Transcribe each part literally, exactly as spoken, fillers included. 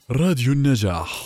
راديو النجاح.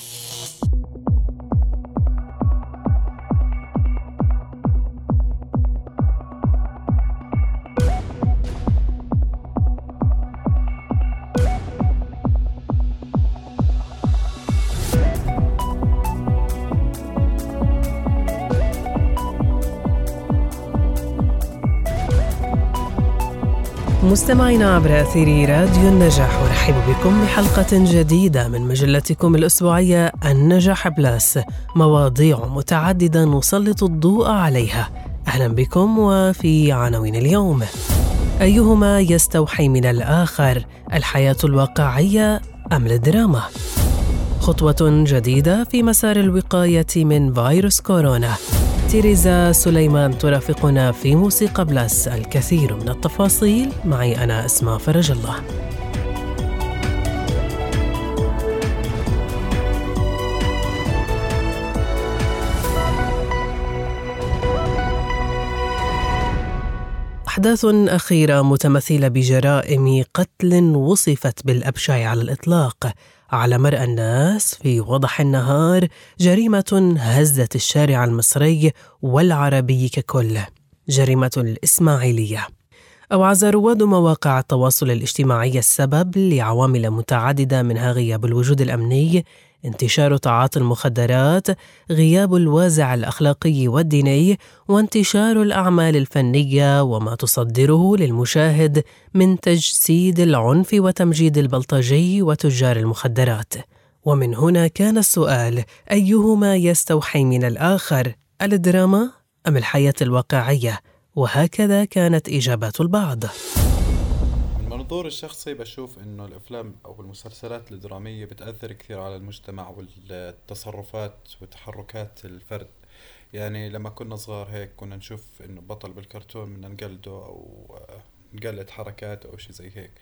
مستمعينا عبر أثير راديو النجاح، ورحب بكم بحلقة جديدة من مجلتكم الأسبوعية النجاح بلاس، مواضيع متعددة نسلط الضوء عليها. أهلا بكم. وفي عناوين اليوم: أيهما يستوحي من الآخر، الحياة الواقعية أم الدراما؟ خطوة جديدة في مسار الوقاية من فيروس كورونا. تيريزا سليمان ترافقنا في موسيقى بلاس. الكثير من التفاصيل معي أنا أسماء فرج الله. أحداث أخيرة متمثلة بجرائم قتل وصفت بالأبشع على الإطلاق على مرأى الناس في وضح النهار، جريمة هزت الشارع المصري والعربي ككل، جريمة الإسماعيلية. أوعز رواد مواقع التواصل الاجتماعي السبب لعوامل متعددة، منها غياب الوجود الأمني، انتشار تعاطي المخدرات، غياب الوازع الأخلاقي والديني، وانتشار الأعمال الفنية وما تصدره للمشاهد من تجسيد العنف وتمجيد البلطجي وتجار المخدرات. ومن هنا كان السؤال: أيهما يستوحي من الآخر، الدراما أم الحياة الواقعية؟ وهكذا كانت إجابات البعض. من منظور الشخصي بشوف إنه الأفلام أو المسلسلات الدرامية بتأثر كثير على المجتمع والتصرفات وتحركات الفرد. يعني لما كنا صغار هيك كنا نشوف إنه بطل بالكرتون بدنا نقلده أو نقلد حركات أو شيء زي هيك،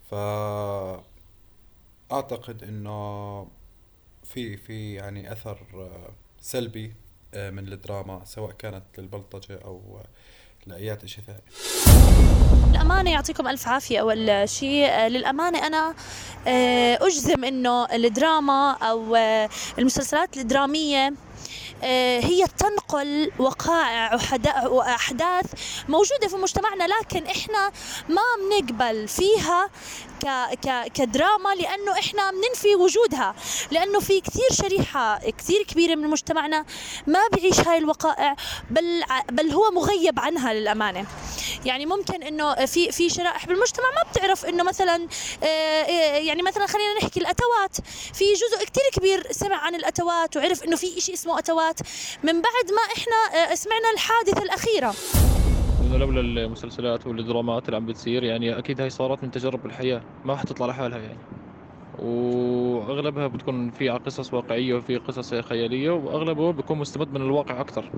فأعتقد إنه في في يعني أثر سلبي من الدراما، سواء كانت للبلطجة أو لأيات إشي ثاني. الأمانة يعطيكم ألف عافية. أول شيء للأمانة أنا أجزم إنه الدراما أو المسلسلات الدرامية هي تنقل وقائع وأحداث موجودة في مجتمعنا، لكن إحنا ما بنقبل فيها كدراما لأنه إحنا بننفي وجودها، لأنه في كثير شريحة كثير كبيرة من مجتمعنا ما بيعيش هاي الوقائع، بل بل هو مغيب عنها للأمانة. يعني ممكن إنه في في شرائح بالمجتمع ما بتعرف إنه مثلا يعني مثلا خلينا نحكي الأتوات، في جزء كتير كبير سمع عن الأتوات وعرف إنه في إشي اسمه أتوات من بعد ما إحنا سمعنا الحادثة الأخيرة. إنه لولا المسلسلات والدرامات اللي عم بتصير يعني أكيد هاي صارت من تجارب الحياة، ما حتطلع لحالها يعني، وأغلبها بتكون في قصص واقعية وفي قصص خيالية، وأغلبه بيكون مستمد من الواقع أكثر.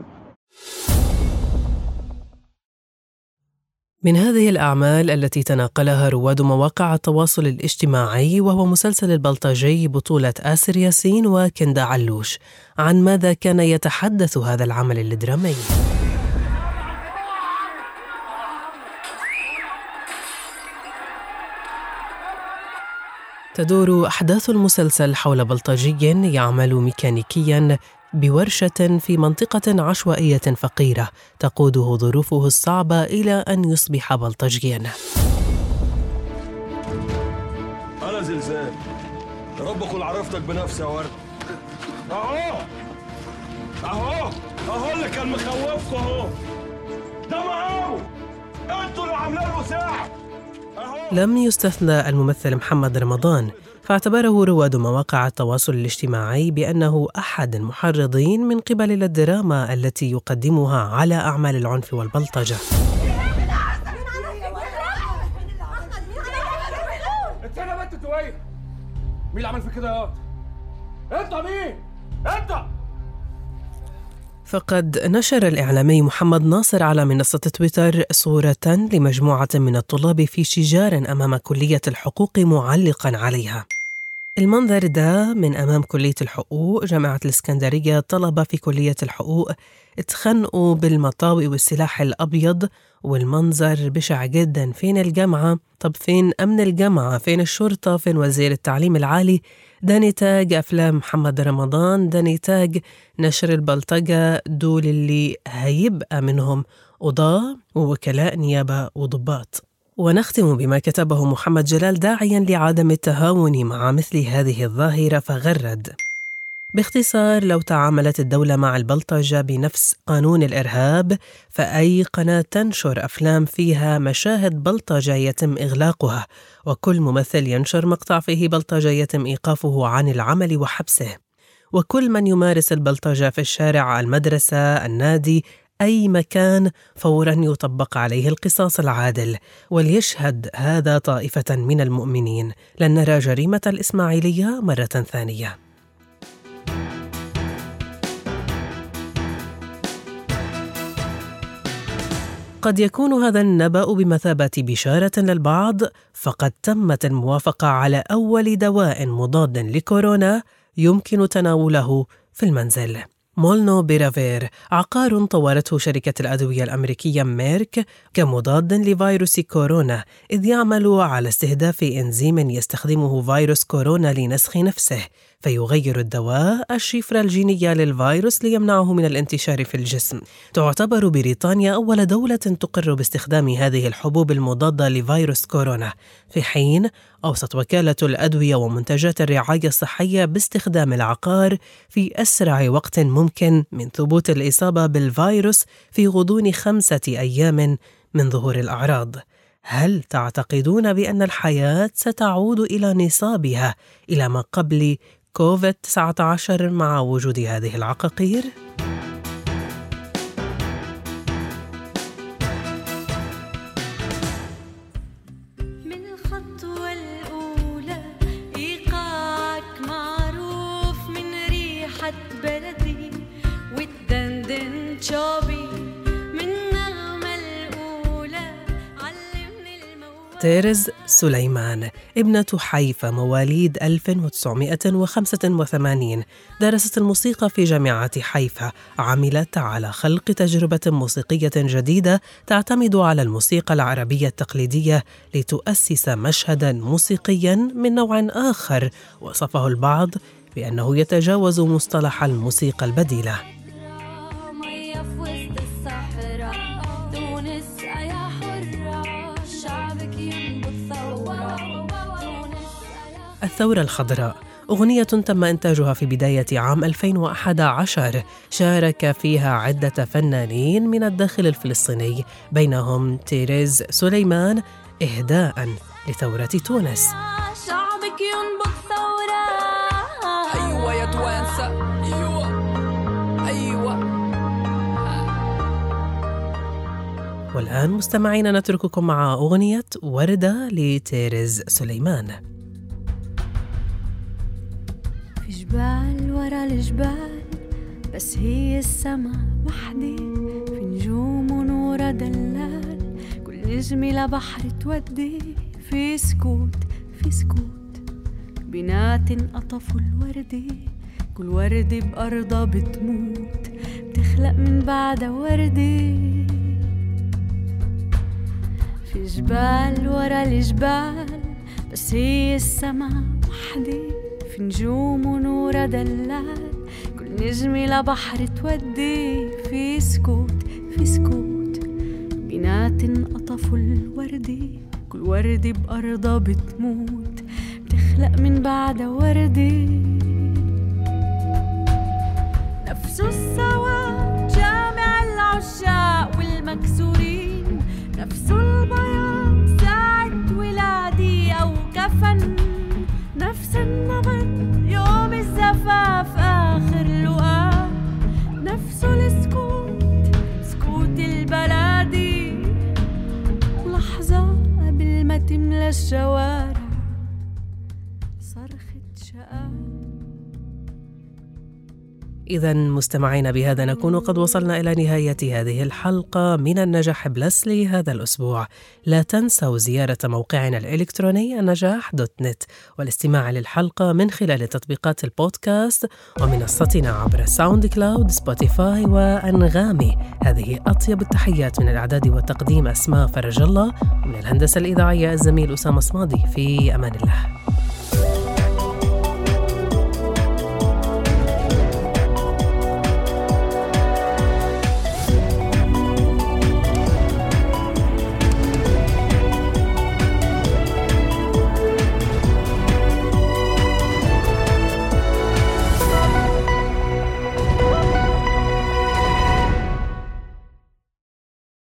من هذه الأعمال التي تناقلها رواد مواقع التواصل الاجتماعي وهو مسلسل البلطجي بطولة آسر ياسين وكندا علوش. عن ماذا كان يتحدث هذا العمل الدرامي؟ تدور أحداث المسلسل حول بلطجي يعمل ميكانيكياً بورشة في منطقة عشوائية فقيرة تقوده ظروفه الصعبة إلى أن يصبح بلطجياً. أنا زلزال، ربك اللي عرفتك بنفسي يا ورد. أهو أهو أهو اللي كان مخوفكم أهو، ده معاه، أنتوا اللي عاملين له ساعة. لم يستثنى الممثل محمد رمضان، فاعتبره رواد مواقع التواصل الاجتماعي بأنه أحد المحرضين من قبل الدراما التي يقدمها على أعمال العنف والبلطجة. مين اللي عمل في كده يا انت؟ مين انت؟ فقد نشر الإعلامي محمد ناصر على منصة تويتر صورة لمجموعة من الطلاب في شجار أمام كلية الحقوق معلقا عليها: المنظر ده من أمام كلية الحقوق جامعة الإسكندرية. طلبة في كلية الحقوق اتخنقوا بالمطاوي والسلاح الأبيض، والمنظر بشع جدا. فين الجامعة؟ طب فين أمن الجامعة؟ فين الشرطة؟ فين وزير التعليم العالي؟ ده نتاج أفلام محمد رمضان، ده نتاج نشر البلطجة. دول اللي هيبقى منهم قضاة ووكلاء نيابة وضباط. ونختم بما كتبه محمد جلال داعياً لعدم التهاون مع مثل هذه الظاهرة، فغرد: باختصار، لو تعاملت الدولة مع البلطجة بنفس قانون الإرهاب، فأي قناة تنشر أفلام فيها مشاهد بلطجة يتم إغلاقها، وكل ممثل ينشر مقطع فيه بلطجة يتم إيقافه عن العمل وحبسه، وكل من يمارس البلطجة في الشارع، المدرسة، النادي، أي مكان، فوراً يطبق عليه القصاص العادل. وليشهد هذا طائفة من المؤمنين. لن نرى جريمة الإسماعيلية مرة ثانية. قد يكون هذا النبأ بمثابة بشارة للبعض، فقد تمت الموافقة على أول دواء مضاد لكورونا يمكن تناوله في المنزل. مولنو بيرافير عقار طورته شركة الأدوية الأمريكية ميرك كمضاد لفيروس كورونا، إذ يعمل على استهداف إنزيم يستخدمه فيروس كورونا لنسخ نفسه، فيغير الدواء الشفرة الجينية للفيروس ليمنعه من الانتشار في الجسم. تعتبر بريطانيا أول دولة تقر باستخدام هذه الحبوب المضادة لفيروس كورونا، في حين أوصت وكالة الأدوية ومنتجات الرعاية الصحية باستخدام العقار في أسرع وقت ممكن من ثبوت الإصابة بالفيروس في غضون خمسة أيام من ظهور الأعراض. هل تعتقدون بأن الحياة ستعود إلى نصابها إلى ما قبل كوفيد تسعة عشر مع وجود هذه العقاقير؟ من الخطوة الأولى إيقاعك معروف، من ريحة بلدي والدندن شوبي، من نغمة الأولى علمني الموال. تيرز سليمان ابنة حيفا مواليد ألف وتسعمائة وخمسة وثمانين، درست الموسيقى في جامعة حيفا. عملت على خلق تجربة موسيقية جديدة تعتمد على الموسيقى العربية التقليدية لتؤسس مشهداً موسيقياً من نوع آخر وصفه البعض بأنه يتجاوز مصطلح الموسيقى البديلة. الثورة الخضراء أغنية تم إنتاجها في بداية عام ألفين وأحد عشر، شارك فيها عدة فنانين من الداخل الفلسطيني، بينهم تيرز سليمان، إهداءً لثورة تونس. شعبك ينبض ثورة. أيوة يا توانسة، أيوة أيوة. والآن مستمعين نترككم مع أغنية وردة لتيرز سليمان. في جبال ورا الجبال، بس هي السما وحدي، في نجوم ونورة دلال، كل نجمة لبحر تودي، في سكوت في سكوت بنات انقطفوا الوردي، كل وردة بأرضها بتموت، بتخلق من بعدها وردي. في جبال ورا الجبال، بس هي السما وحدي، في نجوم ونورة دلال، كل نجمة لبحر تودي، في سكوت في سكوت بنات انقطفوا الوردي، كل وردة بأرضها بتموت، بتخلق من بعدها وردي. نفسه السواد جامع العشاق والمكسورين، نفسه البياض ساعة ولادي أو كفن، نفس النبض يوم الزفاف آخر لقاء، نفسه السكوت سكوت البلادي، لحظة قبل ما تملى الشوارع صرخة شقاء. إذا مستمعينا، بهذا نكون قد وصلنا إلى نهاية هذه الحلقة من النجاح بلس لهذا الأسبوع. لا تنسوا زيارة موقعنا الإلكتروني النجاح دوت نت والاستماع للحلقة من خلال تطبيقات البودكاست ومنصتنا عبر ساوند كلاود، سبوتيفاي وأنغامي. هذه أطيب التحيات من الإعداد والتقديم أسماء فرج الله، ومن الهندسة الإذاعية الزميل أسامة صمادي. في أمان الله.